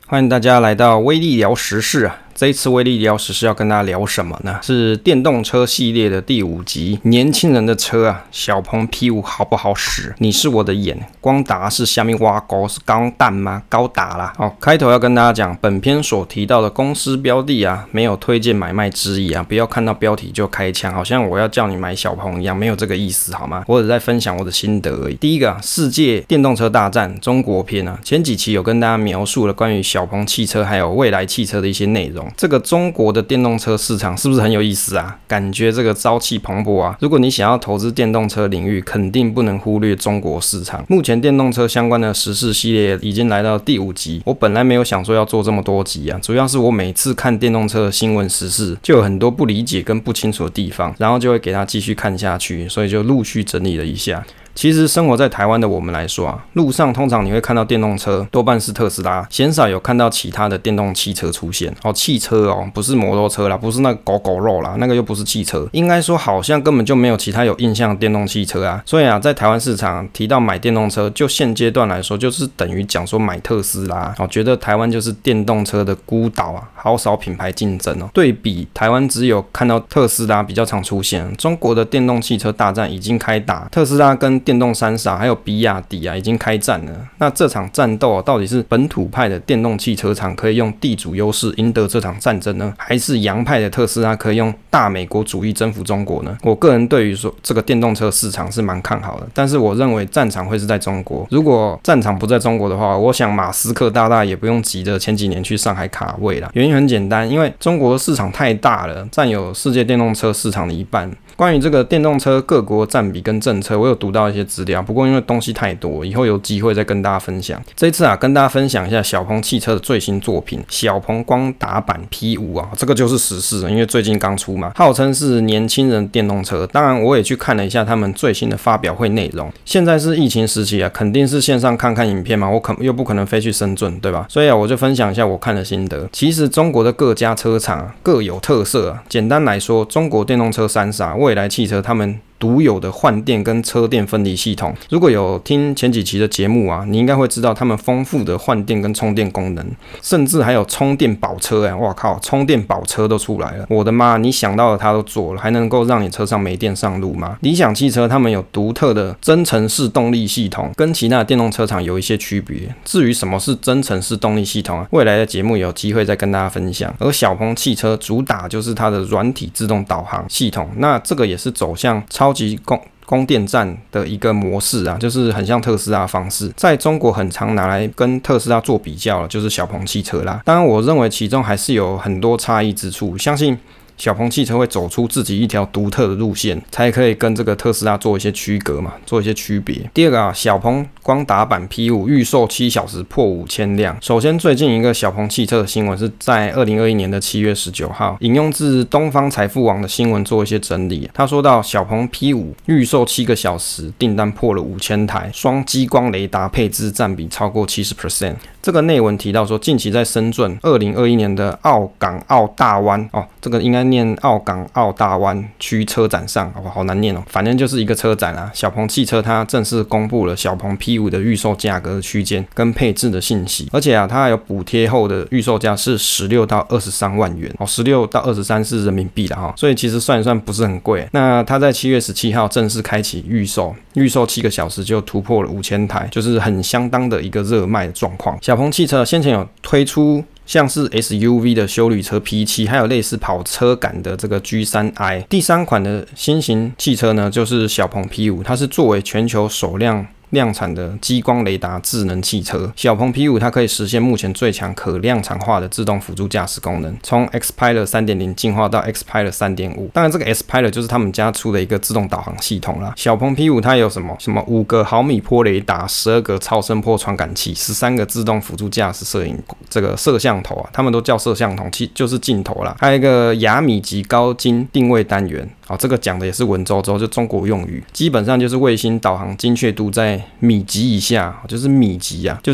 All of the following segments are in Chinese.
欢迎大家来到威力聊时事啊！这一次威力聊时事要跟大家聊什么呢？是电动车系列的第5集。年轻人的车啊，小鹏 P5 好不好使？你是我的眼，光达是下面挖沟是钢弹吗？高达啦！开头要跟大家讲，本篇所提到的公司标的啊，没有推荐买卖之意啊，不要看到标题就开枪，好像我要叫你买小鹏一样，没有这个意思好吗？我只在分享我的心得而已。第一个世界电动车大战中国篇啊，前几期有跟大家描述了关于小鹏汽车还有蔚来汽车的一些内容。这个中国的电动车市场是不是很有意思啊？感觉这个朝气蓬勃啊！如果你想要投资电动车领域，肯定不能忽略中国市场。目前电动车相关的时事系列已经来到第5集，我本来没有想说要做这么多集啊，主要是我每次看电动车的新闻时事，就有很多不理解跟不清楚的地方，然后就会给它继续看下去，所以就陆续整理了一下。其实生活在台湾的我们来说啊，路上通常你会看到电动车，多半是特斯拉，鲜少有看到其他的电动汽车出现。汽车不是摩托车啦，不是那个狗狗肉啦，那个又不是汽车。应该说好像根本就没有其他有印象的电动汽车啊。所以啊，在台湾市场提到买电动车，就现阶段来说，就是等于讲说买特斯拉。觉得台湾就是电动车的孤岛啊，好少品牌竞争哦。对比台湾只有看到特斯拉比较常出现，中国的电动汽车大战已经开打，特斯拉跟电动三傻还有比亚迪啊，已经开战了。那这场战斗到底是本土派的电动汽车厂可以用地主优势赢得这场战争呢，还是洋派的特斯拉可以用大美国主义征服中国呢？我个人对于说这个电动车市场是蛮看好的，但是我认为战场会是在中国。如果战场不在中国的话，我想马斯克大大也不用急着前几年去上海卡位啦。原因很简单，因为中国的市场太大了，占有世界电动车市场的1半。关于这个电动车各国占比跟政策，我有读到一些资料，不过因为东西太多，以后有机会再跟大家分享。这一次啊，跟大家分享一下小鹏汽车的最新作品——小鹏光达版 P5 啊，这个就是时事了，因为最近刚出嘛，号称是年轻人电动车。当然，我也去看了一下他们最新的发表会内容。现在是疫情时期啊，肯定是线上看看影片嘛，我又不可能飞去深圳，对吧？所以啊，我就分享一下我看的心得。其实中国的各家车厂各有特色啊。简单来说，中国电动车三傻蔚来汽车他们独有的换电跟车电分离系统，如果有听前几期的节目啊，你应该会知道他们丰富的换电跟充电功能，甚至还有充电宝车哇靠，充电宝车都出来了！我的妈，你想到的它都做了，还能够让你车上没电上路吗？理想汽车他们有独特的增程式动力系统，跟其他的电动车厂有一些区别。至于什么是增程式动力系统啊，未来的节目有机会再跟大家分享。而小鹏汽车主打就是它的软体自动导航系统，那这个也是走向超级供电站的一个模式啊，就是很像特斯拉的方式，在中国很常拿来跟特斯拉做比较了，就是小鹏汽车啦。当然，我认为其中还是有很多差异之处，相信小鹏汽车会走出自己一条独特的路线，才可以跟这个特斯拉做一些区隔嘛，做一些区别。第二个啊，小鹏光达版 P5 预售7小时破5000辆。首先，最近一个小鹏汽车的新闻是在2021年的7月19号，引用自东方财富网的新闻做一些整理。他说到，小鹏 P5 预售7个小时，订单破了5000台，双激光雷达配置占比超过 70%。这个内文提到说，近期在深圳2021年的澳港澳大湾这个应该念澳港澳大湾区车展上，好难念反正就是一个车展啊。小鹏汽车它正式公布了小鹏 P5 的预售价格的区间跟配置的信息，而且啊，它还有补贴后的预售价是16到23万元16到23是人民币啦所以其实算一算不是很贵。那它在7月17号正式开启预售7个小时就突破了5000台，就是很相当的一个热卖的状况。小鹏汽车先前有推出像是 SUV 的休旅车 P7， 还有类似跑车感的这个 G3i。第3款的新型汽车呢，就是小鹏 P5， 它是作为全球首辆量产的激光雷达智能汽车。小鹏 P5 它可以实现目前最强可量产化的自动辅助驾驶功能，从 Xpilot 3.0 进化到 Xpilot 3.5。当然这个 Xpilot 就是他们家出的一个自动导航系统啦。小鹏 P5 它有什么5个毫米波雷达、12个超声波传感器、13个自动辅助驾驶摄影这个摄像头啊，他们都叫摄像头，就是镜头啦。还有一个亚米级高精定位单元。这个讲的也是文绉绉，就中国用语，基本上就是卫星导航精确度在米级以下，就是米级啊，就是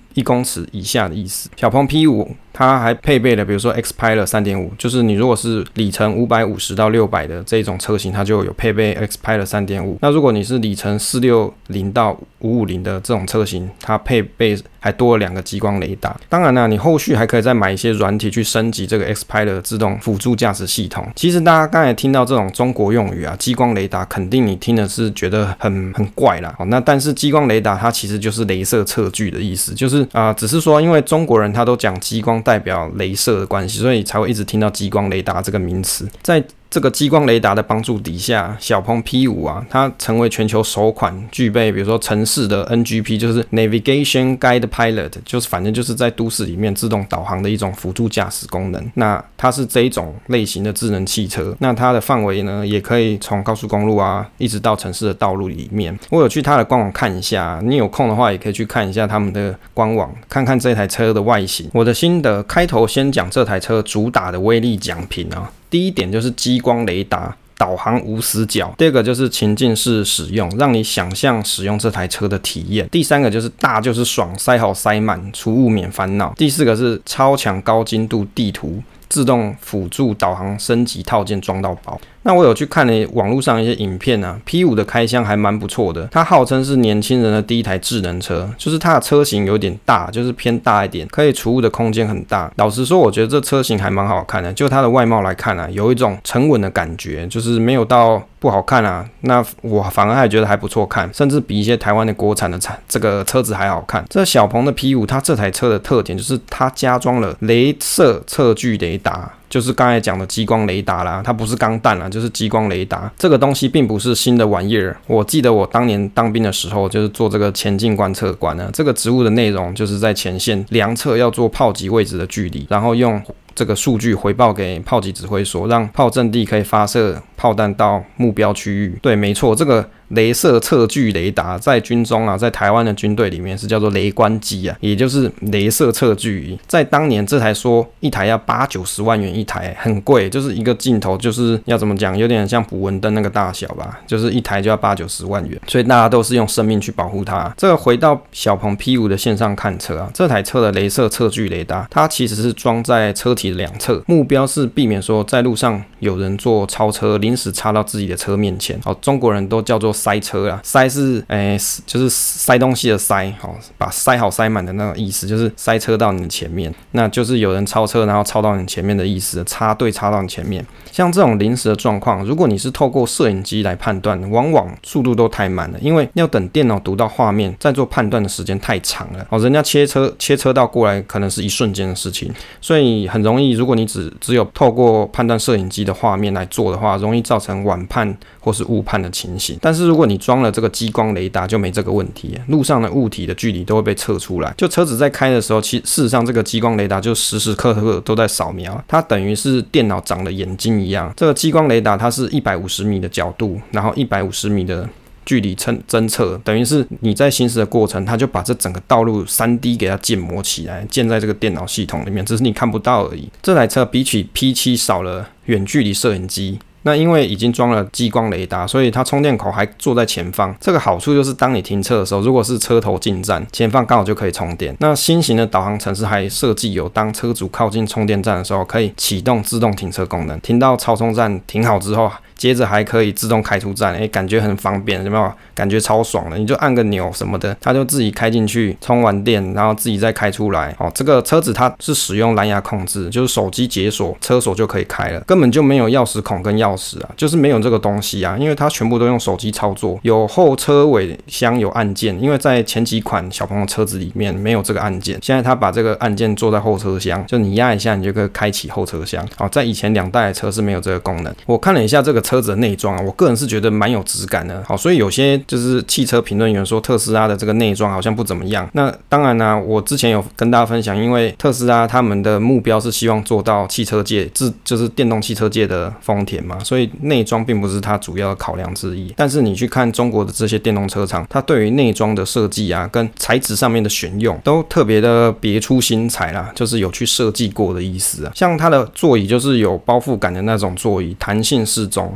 1公尺以下的意思。小鹏 P5 它还配备了比如说 Xpilot 3.5， 就是你如果是里程550到600的这种车型，它就有配备 Xpilot 3.5。那如果你是里程460到550的这种车型，它配备还多了2个激光雷达。当然啦，你后续还可以再买一些软体去升级这个 Xpilot 自动辅助驾驶系统。其实大家刚才听到这种中国用语啊，激光雷达肯定你听的是觉得很怪啦。那但是激光雷达它其实就是雷射测距的意思，就是只是说因为中国人他都讲激光代表雷射的关系，所以才会一直听到激光雷达这个名词。在这个激光雷达的帮助底下，小鹏 P5 啊，它成为全球首款具备比如说城市的 NGP， 就是 Navigation Guide Pilot， 就是反正就是在都市里面自动导航的一种辅助驾驶功能。那它是这一种类型的智能汽车，那它的范围呢，也可以从高速公路啊，一直到城市的道路里面。我有去它的官网看一下，你有空的话也可以去看一下他们的官网，看看这台车的外形。我的心得，开头先讲这台车主打的威力奖品啊。第一点就是激光雷达，导航无死角。第二个就是情境式使用，让你想象使用这台车的体验。第三个就是大就是爽，塞好塞满，除雾免烦恼。第四个是超强高精度地图，自动辅助导航升级套件装到饱。那我有去看了网络上一些影片啊 ，P5 的开箱还蛮不错的。它号称是年轻人的第一台智能车，就是它的车型有点大，就是偏大一点，可以储物的空间很大。老实说，我觉得这车型还蛮好看的。就它的外貌来看啊，有一种沉稳的感觉，就是没有到不好看啊。那我反而还觉得还不错看，甚至比一些台湾的国产的这个车子还好看。这小鹏的 P5， 它这台车的特点就是它加装了雷射测距雷达。就是刚才讲的激光雷达啦，它不是钢弹啦，就是激光雷达。这个东西并不是新的玩意儿。我记得我当年当兵的时候，就是做这个前进观测官呢。这个职务的内容就是在前线量测要做炮击位置的距离，然后用这个数据回报给炮击指挥所，让炮阵地可以发射炮弹到目标区域。对，没错，这个雷射测距雷达在军中啊，在台湾的军队里面是叫做雷关机啊，也就是雷射测距仪。在当年这台说一台要80-90万元一台，很贵，就是一个镜头就是要怎么讲，有点像捕蚊灯那个大小吧，就是一台就要80-90万元，所以大家都是用生命去保护它。这个回到小鹏 P5 的线上看车啊，这台车的雷射测距雷达，它其实是装在车体的两侧，目标是避免说在路上有人做超车，临时插到自己的车面前。中国人都叫做塞车啦，塞是就是塞东西的塞，把塞好塞满的那种意思，就是塞车到你的前面，那就是有人超车然后超到你前面的意思，插到你前面。像这种临时的状况，如果你是透过摄影机来判断，往往速度都太慢了，因为要等电脑读到画面再做判断的时间太长了。人家切车道过来可能是一瞬间的事情，所以很容易，如果你只有透过判断摄影机的画面来做的话，容易造成晚判或是误判的情形。但是如果你装了这个激光雷达就没这个问题，路上的物体的距离都会被测出来。就车子在开的时候，事实上这个激光雷达就时时刻刻都在扫描，它等于是电脑长的眼睛一样。这个激光雷达它是150米的角度，然后150米的距离侦测，等于是你在行驶的过程，它就把这整个道路 3D 给它建模起来，建在这个电脑系统里面，只是你看不到而已。这台车比起 P7 少了远距离摄影机，那因为已经装了激光雷达，所以它充电口还坐在前方。这个好处就是当你停车的时候，如果是车头进站，前方刚好就可以充电。那新型的导航程式还设计有当车主靠近充电站的时候，可以启动自动停车功能，停到超充站停好之后，接着还可以自动开出站，感觉很方便，有没有？感觉超爽的，你就按个钮什么的，它就自己开进去，充完电，然后自己再开出来。这个车子它是使用蓝牙控制，就是手机解锁，车锁就可以开了，根本就没有钥匙孔跟钥匙啊，就是没有这个东西啊，因为它全部都用手机操作。有后车尾箱有按键，因为在前几款小鹏的车子里面没有这个按键，现在它把这个按键做在后车厢，就你压一下，你就可以开启后车厢。在以前2代的车是没有这个功能。我看了一下这个车子的内装，我个人是觉得蛮有质感的。所以有些就是汽车评论员说特斯拉的这个内装好像不怎么样。那当然啦，我之前有跟大家分享，因为特斯拉他们的目标是希望做到汽车界，就是电动汽车界的丰田嘛，所以内装并不是它主要的考量之一。但是你去看中国的这些电动车厂，它对于内装的设计啊，跟材质上面的选用都特别的别出心裁啦，就是有去设计过的意思啊。像它的座椅就是有包覆感的那种座椅，弹性适中，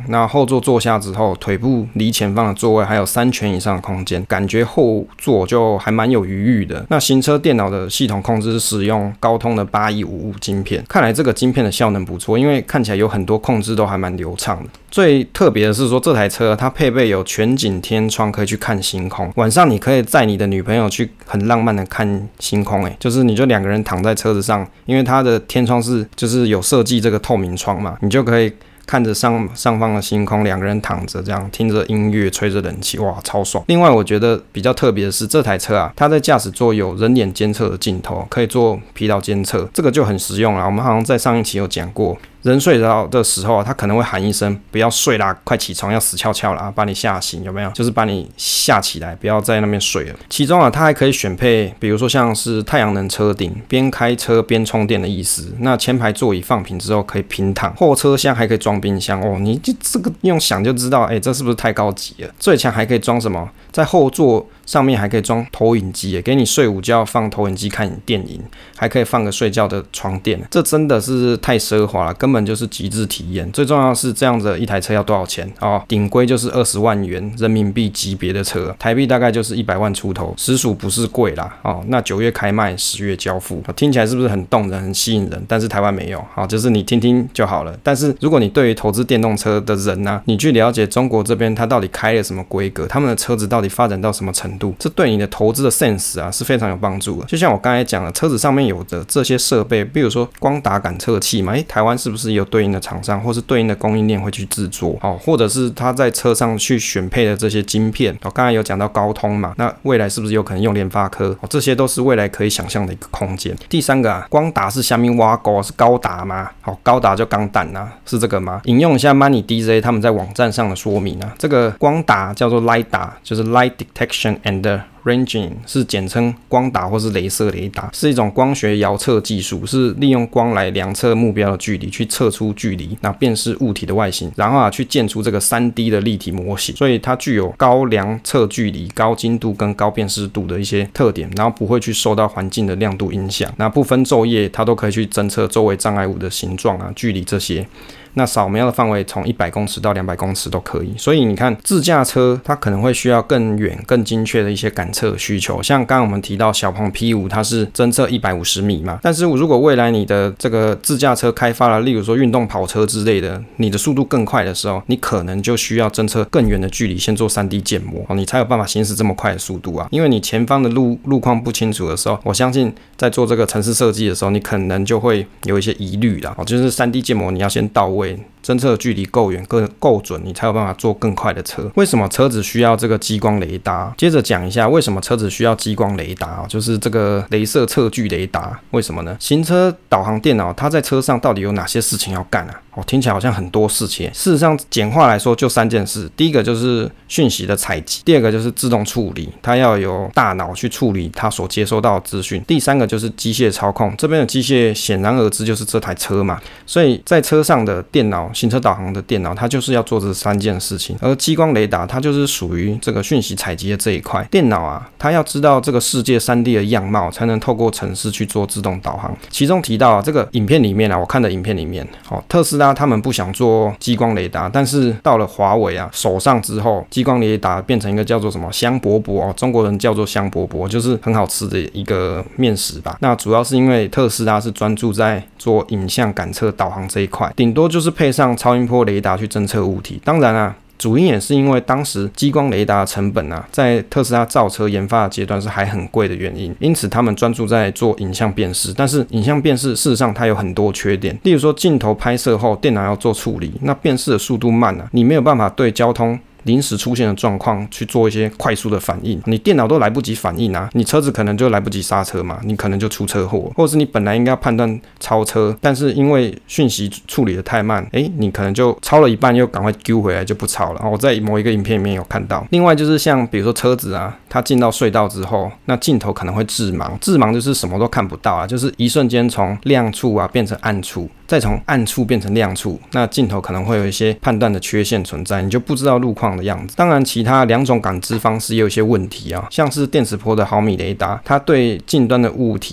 那后座坐下之后，腿部离前方的座位还有3拳以上的空间，感觉后座就还蛮有余裕的。那行车电脑的系统控制是使用高通的8155晶片，看来这个晶片的效能不错，因为看起来有很多控制都还蛮流畅的。最特别的是说，这台车它配备有全景天窗，可以去看星空。晚上你可以载你的女朋友去很浪漫的看星空，就是你就2个人躺在车子上，因为它的天窗就是有设计这个透明窗嘛，你就可以看着上方的星空，2个人躺着这样听着音乐，吹着冷气，哇，超爽。另外我觉得比较特别的是，这台车啊，它在驾驶座有人脸监测的镜头，可以做疲劳监测，这个就很实用啦。我们好像在上一期有讲过，人睡着的时候，他可能会喊一声不要睡啦，快起床，要死翘翘啦，把你吓醒，有没有？就是把你吓起来，不要在那边睡了。其中啊，它还可以选配，比如说像是太阳能车顶，边开车边充电的意思。那前排座椅放平之后可以平躺，后车厢还可以装冰箱哦。你这个用想就知道，这是不是太高级了？最强还可以装什么？在后座上面还可以装投影机，给你睡午觉放投影机看电影，还可以放个睡觉的床垫。这真的是太奢华了，根本就是极致体验。最重要的是，这样的一台车要多少钱哦？顶规就是20万元人民币级别的车，台币大概就是100万出头，实属不是贵啦哦。那9月开卖，10月交付，听起来是不是很动人、很吸引人？但是台湾没有，好，就是你听听就好了。但是如果你对于投资电动车的人啊，你去了解中国这边它到底开了什么规格，他们的车子到底发展到什么程度，这对你的投资的 sense 啊是非常有帮助的。就像我刚才讲的，车子上面有的这些设备，比如说光达感测器嘛，台湾是不是有对应的厂商或是对应的供应链会去制作？或者是他在车上去选配的这些晶片，刚才有讲到高通嘛，那未来是不是有可能用联发科？这些都是未来可以想象的一个空间。第三个啊，光达是下面挖沟是高达吗？高达就钢弹啊，是这个吗？引用一下 Money DJ 他们在网站上的说明啊，这个光达叫做 LiDAR， 就是 Light Detection and Ranging， 是简称光达或是雷射雷达，是一种光学遥测技术，是利用光来量测目标的距离，去测出距离，那辨识物体的外形，然后去建出这个 3D 的立体模型，所以它具有高量测距离、高精度跟高辨识度的一些特点，然后不会去受到环境的亮度影响，那不分昼夜，它都可以去侦测周围障碍物的形状啊、距离这些。那扫描的范围从100公尺到200公尺都可以，所以你看自驾车它可能会需要更远更精确的一些感测需求，像刚刚我们提到小鹏 P5 它是侦测150米嘛，但是如果未来你的这个自驾车开发了，例如说运动跑车之类的，你的速度更快的时候，你可能就需要侦测更远的距离，先做 3D 建模，你才有办法行驶这么快的速度啊，因为你前方的路况不清楚的时候，我相信在做这个城市设计的时候，你可能就会有一些疑虑啦，就是 3D 建模你要先到位，侦测的距离够远够准，你才有办法做更快的车。为什么车子需要这个激光雷达？接着讲一下为什么车子需要激光雷达，就是这个雷射测距雷达。为什么呢？行车导航电脑它在车上到底有哪些事情要干啊？听起来好像很多事情，事实上简化来说就3件事。第一个就是讯息的采集，第二个就是自动处理，它要有大脑去处理它所接收到的资讯，第三个就是机械操控。这边的机械显然而知就是这台车嘛，所以在车上的电脑，行车导航的电脑，它就是要做这3件事情。而激光雷达它就是属于这个讯息采集的这一块。电脑啊，它要知道这个世界3D 的样貌，才能透过程式去做自动导航。其中提到这个影片里面啊，我看的影片里面，特斯拉他们不想做激光雷达，但是到了华为啊手上之后，激光雷达变成一个叫做什么香饽饽中国人叫做香饽饽，就是很好吃的一个面食吧。那主要是因为特斯拉是专注在做影像感测导航这一块，顶多就是配上超音波雷达去侦测物体。当然啊，主因也是因为当时激光雷达的成本啊，在特斯拉造车研发的阶段是还很贵的原因，因此他们专注在做影像辨识。但是影像辨识事实上它有很多缺点，例如说镜头拍摄后电脑要做处理，那辨识的速度慢啊，你没有办法对交通临时出现的状况去做一些快速的反应，你电脑都来不及反应啊，你车子可能就来不及刹车嘛，你可能就出车祸，或者是你本来应该要判断超车，但是因为讯息处理的太慢，你可能就超了一半又赶快丢回来就不超了。我在某一个影片里面有看到。另外就是像比如说车子啊，它进到隧道之后，那镜头可能会致盲，致盲就是什么都看不到啊，就是一瞬间从亮处啊变成暗处，再从暗处变成亮处，那镜头可能会有一些判断的缺陷存在，你就不知道路况的样子。当然其他2种感知方式也有一些问题啊，像是电磁波的毫米雷达，它对近端的物体啊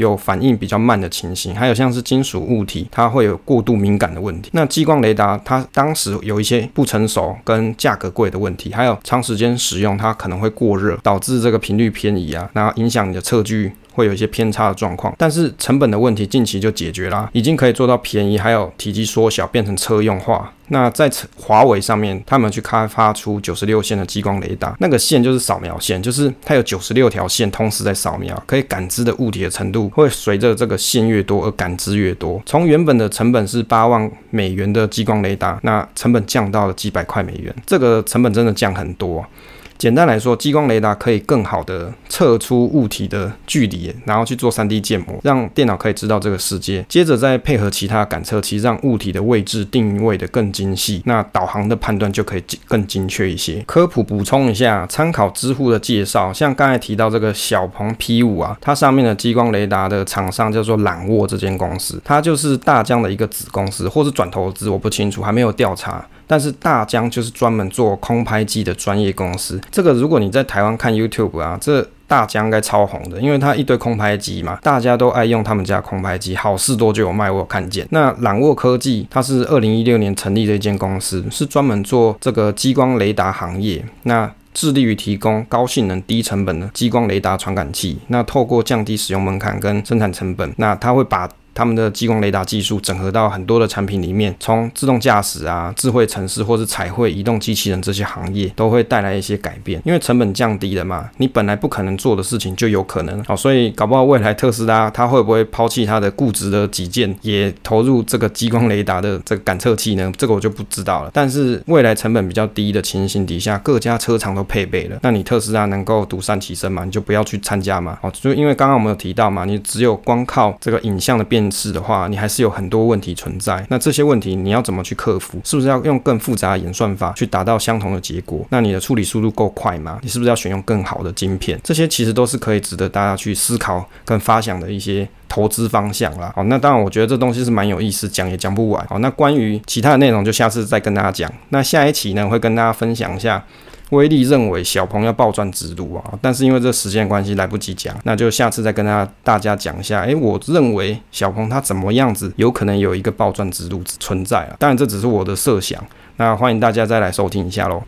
有反应比较慢的情形，还有像是金属物体它会有过度敏感的问题。那激光雷达它当时有一些不成熟跟价格贵的问题，还有长时间使用它可能会过热，导致这个频率偏移啊，然后影响你的测距会有一些偏差的状况。但是成本的问题近期就解决啦，已经可以做到便宜，还有体积缩小变成车用化。那在华为上面，他们去开发出96线的激光雷达，那个线就是扫描线，就是它有96条线同时在扫描，可以感知的物体的程度会随着这个线越多而感知越多。从原本的成本是8万美元的激光雷达，那成本降到了几百块美元，这个成本真的降很多。简单来说，激光雷达可以更好的测出物体的距离，然后去做 3D 建模，让电脑可以知道这个世界，接着再配合其他感测器，让物体的位置定位的更精细，那导航的判断就可以更精确一些。科普补充一下，参考知乎的介绍，像刚才提到这个小鹏 P5 啊，它上面的激光雷达的厂商叫做揽沃这间公司，它就是大疆的一个子公司，或是转投资，我不清楚，还没有调查。但是大疆就是专门做空拍机的专业公司，这个如果你在台湾看 YouTube 啊，这大疆应该超红的，因为它一堆空拍机嘛，大家都爱用他们家空拍机，好事多就有卖，我有看见。那揽沃科技它是2016年成立的一间公司，是专门做这个激光雷达行业，那致力于提供高性能低成本的激光雷达传感器，那透过降低使用门槛跟生产成本，那它会把他们的激光雷达技术整合到很多的产品里面，从自动驾驶啊、智慧城市或是彩绘移动机器人这些行业都会带来一些改变，因为成本降低了嘛，你本来不可能做的事情就有可能。所以搞不好未来特斯拉它会不会抛弃它的固执的己见，也投入这个激光雷达的这个感测器呢？这个我就不知道了。但是未来成本比较低的情形底下，各家车厂都配备了，那你特斯拉能够独善其身嘛？你就不要去参加嘛。就因为刚刚我们有提到嘛，你只有光靠这个影像的辨识的话，你还是有很多问题存在。那这些问题你要怎么去克服？是不是要用更复杂的演算法去达到相同的结果？那你的处理速度够快吗？你是不是要选用更好的晶片？这些其实都是可以值得大家去思考跟发想的一些投资方向啦。那当然我觉得这东西是蛮有意思，讲也讲不完。那关于其他的内容就下次再跟大家讲。那下一期呢，会跟大家分享一下威力认为小鹏要暴赚直路啊，但是因为这时间关系来不及讲，那就下次再跟大家讲一下。我认为小鹏它怎么样子有可能有一个暴赚直路存在啊，当然这只是我的设想，那欢迎大家再来收听一下咯。